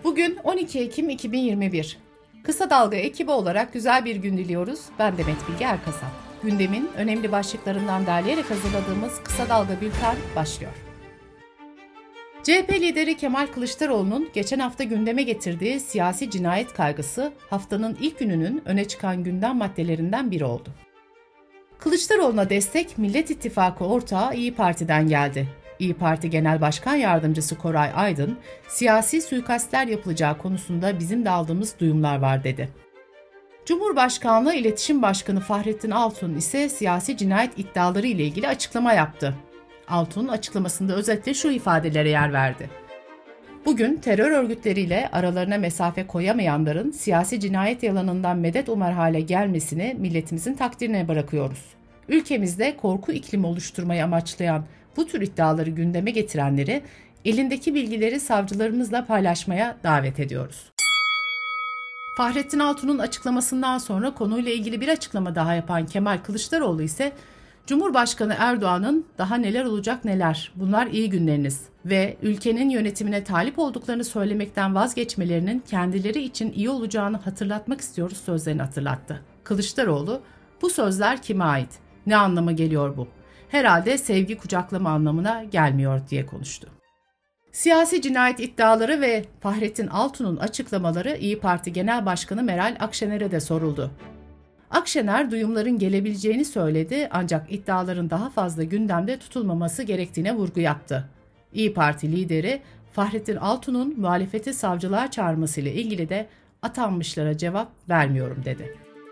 Bugün 12 Ekim 2021. Kısa Dalga ekibi olarak güzel bir gün diliyoruz. Ben Demet Bilge Erkasap. Gündemin önemli başlıklarından derleyerek hazırladığımız Kısa Dalga Bülten başlıyor. CHP lideri Kemal Kılıçdaroğlu'nun geçen hafta gündeme getirdiği siyasi cinayet kaygısı haftanın ilk gününün öne çıkan gündem maddelerinden biri oldu. Kılıçdaroğlu'na destek Millet İttifakı ortağı İYİ Parti'den geldi. İYİ Parti Genel Başkan Yardımcısı Koray Aydın, siyasi suikastler yapılacağı konusunda bizim de aldığımız duyumlar var dedi. Cumhurbaşkanlığı İletişim Başkanı Fahrettin Altun ise siyasi cinayet iddiaları ile ilgili açıklama yaptı. Altun açıklamasında özetle şu ifadelere yer verdi. Bugün terör örgütleriyle aralarına mesafe koyamayanların siyasi cinayet yalanından medet umar hale gelmesini milletimizin takdirine bırakıyoruz. Ülkemizde korku iklimi oluşturmayı amaçlayan bu tür iddiaları gündeme getirenleri elindeki bilgileri savcılarımızla paylaşmaya davet ediyoruz. Fahrettin Altun'un açıklamasından sonra konuyla ilgili bir açıklama daha yapan Kemal Kılıçdaroğlu ise Cumhurbaşkanı Erdoğan'ın daha neler olacak neler, bunlar iyi günleriniz ve ülkenin yönetimine talip olduklarını söylemekten vazgeçmelerinin kendileri için iyi olacağını hatırlatmak istiyoruz sözlerini hatırlattı. Kılıçdaroğlu, bu sözler kime ait? Ne anlama geliyor bu? Herhalde sevgi kucaklama anlamına gelmiyor diye konuştu. Siyasi cinayet iddiaları ve Fahrettin Altun'un açıklamaları İYİ Parti Genel Başkanı Meral Akşener'e de soruldu. Akşener duyumların gelebileceğini söyledi ancak iddiaların daha fazla gündemde tutulmaması gerektiğine vurgu yaptı. İYİ Parti lideri Fahrettin Altun'un muhalefeti savcılığa çağırmasıyla ilgili de atanmışlara cevap vermiyorum dedi.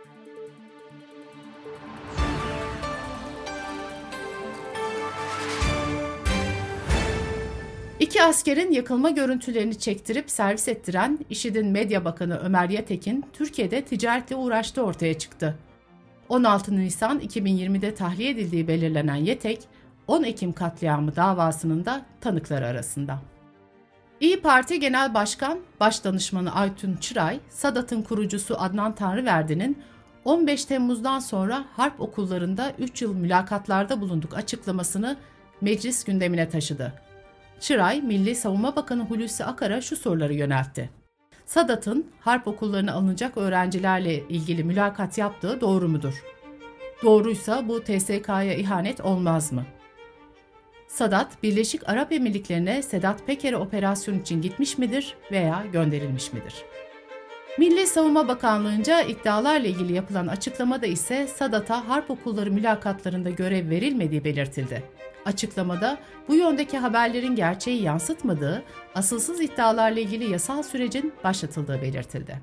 İki askerin yakılma görüntülerini çektirip servis ettiren İŞİD'in Medya Bakanı Ömer Yatekin, Türkiye'de ticaretle uğraştığı ortaya çıktı. 16 Nisan 2020'de tahliye edildiği belirlenen Yatek, 10 Ekim katliamı davasının da tanıkları arasında. İYİ Parti Genel Başkan Başdanışmanı Aytun Çıray, Sadat'ın kurucusu Adnan Tanrıverdi'nin 15 Temmuz'dan sonra harp okullarında 3 yıl mülakatlarda bulunduk açıklamasını meclis gündemine taşıdı. Çıray, Milli Savunma Bakanı Hulusi Akar'a şu soruları yöneltti. Sadat'ın harp okullarına alınacak öğrencilerle ilgili mülakat yaptığı doğru mudur? Doğruysa bu TSK'ya ihanet olmaz mı? Sadat, Birleşik Arap Emirlikleri'ne Sedat Peker'e operasyon için gitmiş midir veya gönderilmiş midir? Milli Savunma Bakanlığı'nca iddialarla ilgili yapılan açıklamada ise Sadat'a harp okulları mülakatlarında görev verilmediği belirtildi. Açıklamada bu yöndeki haberlerin gerçeği yansıtmadığı, asılsız iddialarla ilgili yasal sürecin başlatıldığı belirtildi.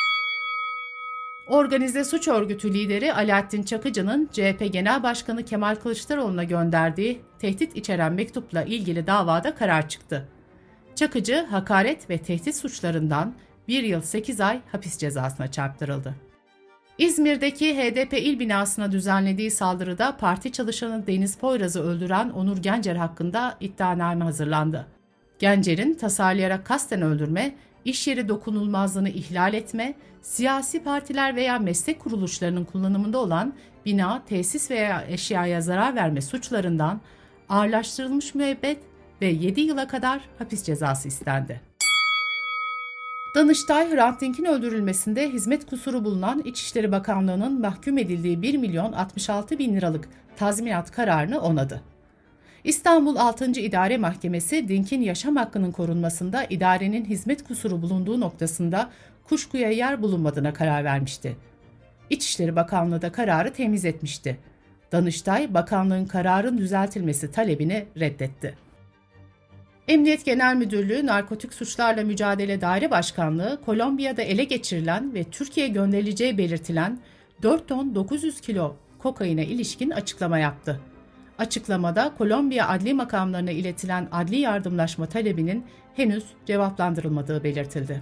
Organize suç örgütü lideri Alaaddin Çakıcı'nın CHP Genel Başkanı Kemal Kılıçdaroğlu'na gönderdiği tehdit içeren mektupla ilgili davada karar çıktı. Çakıcı, hakaret ve tehdit suçlarından 1 yıl 8 ay hapis cezasına çarptırıldı. İzmir'deki HDP il binasına düzenlediği saldırıda parti çalışanı Deniz Poyraz'ı öldüren Onur Gencer hakkında iddianame hazırlandı. Gencer'in tasarlayarak kasten öldürme, iş yeri dokunulmazlığını ihlal etme, siyasi partiler veya meslek kuruluşlarının kullanımında olan bina, tesis veya eşyaya zarar verme suçlarından ağırlaştırılmış müebbet ve 7 yıla kadar hapis cezası istendi. Danıştay, Hrant Dink'in öldürülmesinde hizmet kusuru bulunan İçişleri Bakanlığı'nın mahkum edildiği 1.066.000 liralık tazminat kararını onadı. İstanbul 6. İdare Mahkemesi, Dink'in yaşam hakkının korunmasında idarenin hizmet kusuru bulunduğu noktasında kuşkuya yer bulunmadığına karar vermişti. İçişleri Bakanlığı da kararı temiz etmişti. Danıştay, bakanlığın kararın düzeltilmesi talebini reddetti. Emniyet Genel Müdürlüğü Narkotik Suçlarla Mücadele Daire Başkanlığı, Kolombiya'da ele geçirilen ve Türkiye'ye gönderileceği belirtilen 4 ton 900 kilo kokaine ilişkin açıklama yaptı. Açıklamada Kolombiya adli makamlarına iletilen adli yardımlaşma talebinin henüz cevaplandırılmadığı belirtildi.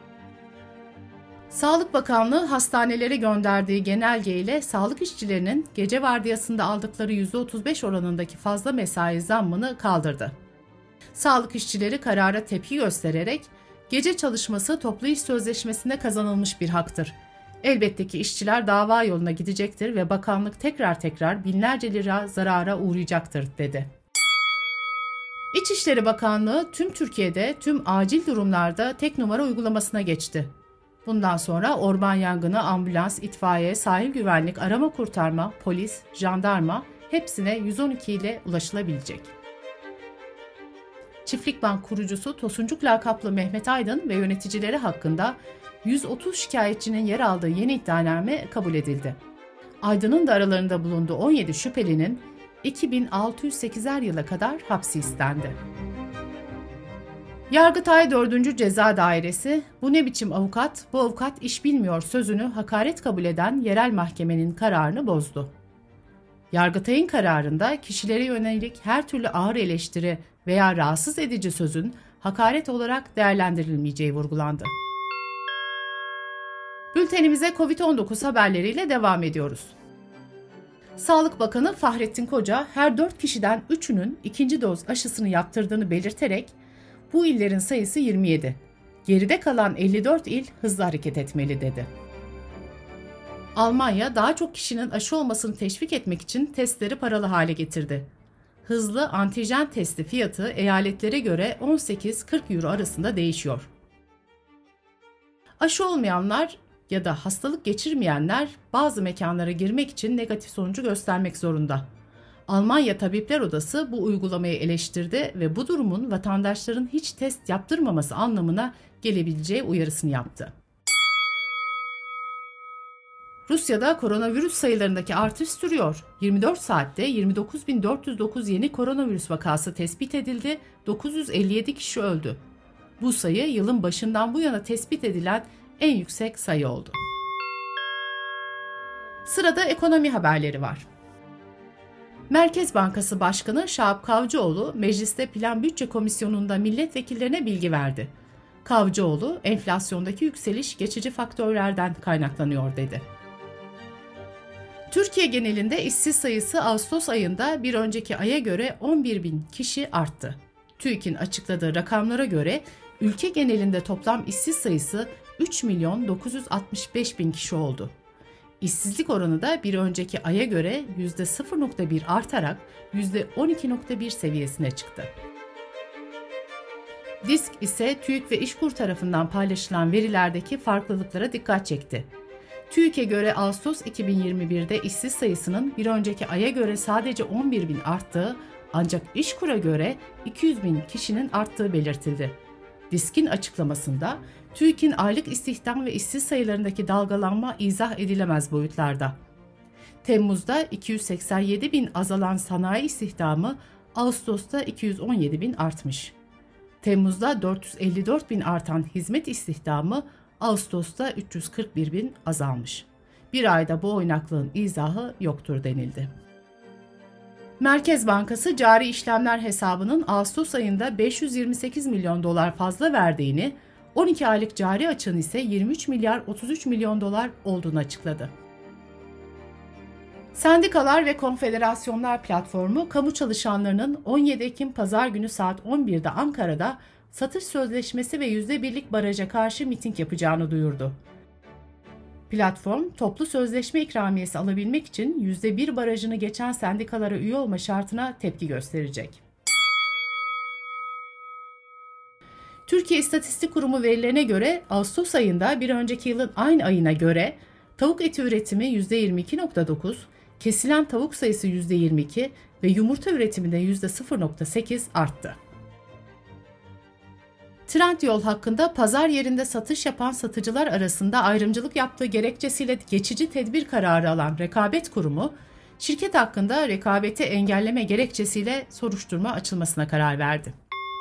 Sağlık Bakanlığı hastanelere gönderdiği genelge ile sağlık işçilerinin gece vardiyasında aldıkları %35 oranındaki fazla mesai zammını kaldırdı. Sağlık işçileri karara tepki göstererek gece çalışması toplu iş sözleşmesinde kazanılmış bir haktır. Elbette ki işçiler dava yoluna gidecektir ve bakanlık tekrar binlerce lira zarara uğrayacaktır dedi. İçişleri Bakanlığı tüm Türkiye'de tüm acil durumlarda tek numara uygulamasına geçti. Bundan sonra orman yangını, ambulans, itfaiye, sahil güvenlik, arama kurtarma, polis, jandarma hepsine 112 ile ulaşılabilecek. Çiftlikbank kurucusu Tosuncuk lakaplı Mehmet Aydın ve yöneticileri hakkında 130 şikayetçinin yer aldığı yeni iddianame kabul edildi. Aydın'ın da aralarında bulunduğu 17 şüphelinin 2608'er yıla kadar hapsi istendi. Yargıtay 4. Ceza Dairesi, "Bu ne biçim avukat, bu avukat iş bilmiyor" sözünü hakaret kabul eden yerel mahkemenin kararını bozdu. Yargıtay'ın kararında kişilere yönelik her türlü ağır eleştiri veya rahatsız edici sözün hakaret olarak değerlendirilmeyeceği vurgulandı. Bültenimize Covid-19 haberleriyle devam ediyoruz. Sağlık Bakanı Fahrettin Koca, her 4 kişiden 3'ünün ikinci doz aşısını yaptırdığını belirterek, bu illerin sayısı 27. Geride kalan 54 il hızlı hareket etmeli dedi. Almanya daha çok kişinin aşı olmasını teşvik etmek için testleri paralı hale getirdi. Hızlı antijen testi fiyatı eyaletlere göre 18-40 euro arasında değişiyor. Aşı olmayanlar ya da hastalık geçirmeyenler bazı mekanlara girmek için negatif sonucu göstermek zorunda. Almanya Tabipler Odası bu uygulamayı eleştirdi ve bu durumun vatandaşların hiç test yaptırmaması anlamına gelebileceği uyarısını yaptı. Rusya'da koronavirüs sayılarındaki artış sürüyor. 24 saatte 29.409 yeni koronavirüs vakası tespit edildi, 957 kişi öldü. Bu sayı yılın başından bu yana tespit edilen en yüksek sayı oldu. Sırada ekonomi haberleri var. Merkez Bankası Başkanı Şahap Kavcıoğlu, Mecliste Plan Bütçe Komisyonu'nda milletvekillerine bilgi verdi. Kavcıoğlu, enflasyondaki yükseliş geçici faktörlerden kaynaklanıyor dedi. Türkiye genelinde işsiz sayısı Ağustos ayında bir önceki aya göre 11.000 kişi arttı. TÜİK'in açıkladığı rakamlara göre ülke genelinde toplam işsiz sayısı 3.965.000 kişi oldu. İşsizlik oranı da bir önceki aya göre %0.1 artarak %12.1 seviyesine çıktı. DİSK ise TÜİK ve İşkur tarafından paylaşılan verilerdeki farklılıklara dikkat çekti. TÜİK'e göre Ağustos 2021'de işsiz sayısının bir önceki aya göre sadece 11.000 arttığı, ancak İşkur'a göre 200.000 kişinin arttığı belirtildi. DİSK'in açıklamasında TÜİK'in aylık istihdam ve işsiz sayılarındaki dalgalanma izah edilemez boyutlarda. Temmuz'da 287.000 azalan sanayi istihdamı Ağustos'ta 217.000 artmış. Temmuz'da 454.000 artan hizmet istihdamı Ağustos'ta 341.000 azalmış. Bir ayda bu oynaklığın izahı yoktur denildi. Merkez Bankası cari işlemler hesabının Ağustos ayında 528 milyon dolar fazla verdiğini, 12 aylık cari açığın ise 23 milyar 33 milyon dolar olduğunu açıkladı. Sendikalar ve Konfederasyonlar Platformu, kamu çalışanlarının 17 Ekim Pazar günü saat 11'de Ankara'da satış sözleşmesi ve %1'lik baraja karşı miting yapacağını duyurdu. Platform, toplu sözleşme ikramiyesi alabilmek için %1 barajını geçen sendikalara üye olma şartına tepki gösterecek. Türkiye İstatistik Kurumu verilerine göre Ağustos ayında bir önceki yılın aynı ayına göre tavuk eti üretimi %22.9, kesilen tavuk sayısı %22 ve yumurta üretimi de %0.8 arttı. Trendyol hakkında pazar yerinde satış yapan satıcılar arasında ayrımcılık yaptığı gerekçesiyle geçici tedbir kararı alan Rekabet Kurumu, şirket hakkında rekabeti engelleme gerekçesiyle soruşturma açılmasına karar verdi.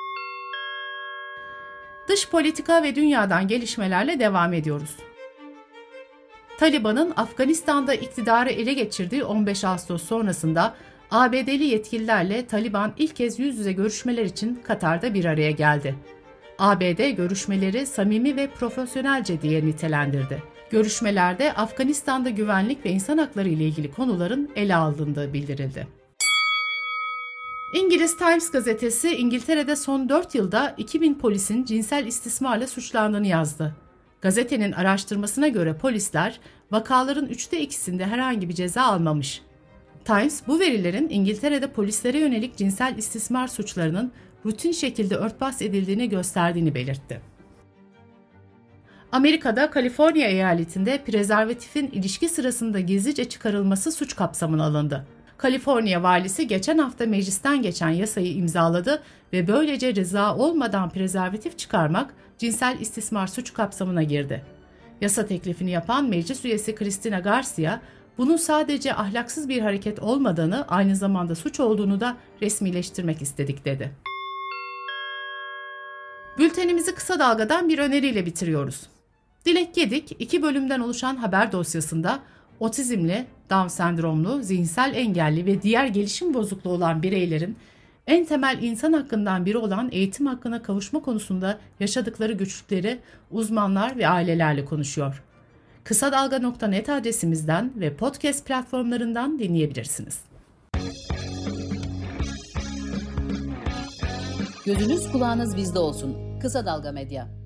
Dış politika ve dünyadan gelişmelerle devam ediyoruz. Taliban'ın Afganistan'da iktidarı ele geçirdiği 15 Ağustos sonrasında ABD'li yetkililerle Taliban ilk kez yüz yüze görüşmeler için Katar'da bir araya geldi. ABD görüşmeleri samimi ve profesyonelce diye nitelendirdi. Görüşmelerde Afganistan'da güvenlik ve insan hakları ile ilgili konuların ele alındığı bildirildi. İngiliz Times gazetesi İngiltere'de son 4 yılda 2000 polisin cinsel istismarla suçlandığını yazdı. Gazetenin araştırmasına göre polisler vakaların 3'te 2'sinde herhangi bir ceza almamış. Times bu verilerin İngiltere'de polislere yönelik cinsel istismar suçlarının rutin şekilde örtbas edildiğini gösterdiğini belirtti. Amerika'da Kaliforniya eyaletinde prezervatifin ilişki sırasında gizlice çıkarılması suç kapsamına alındı. Kaliforniya valisi geçen hafta meclisten geçen yasayı imzaladı ve böylece rıza olmadan prezervatif çıkarmak cinsel istismar suç kapsamına girdi. Yasa teklifini yapan meclis üyesi Cristina Garcia, bunun sadece ahlaksız bir hareket olmadığını, aynı zamanda suç olduğunu da resmileştirmek istedik dedi. Bültenimizi kısa dalgadan bir öneriyle bitiriyoruz. Dilek Gedik, 2 bölümden oluşan haber dosyasında otizmli, Down sendromlu, zihinsel engelli ve diğer gelişim bozukluğu olan bireylerin en temel insan hakkından biri olan eğitim hakkına kavuşma konusunda yaşadıkları güçlükleri uzmanlar ve ailelerle konuşuyor. Kısadalga.net adresimizden ve podcast platformlarından dinleyebilirsiniz. Gözünüz kulağınız bizde olsun. Kısa Dalga Medya.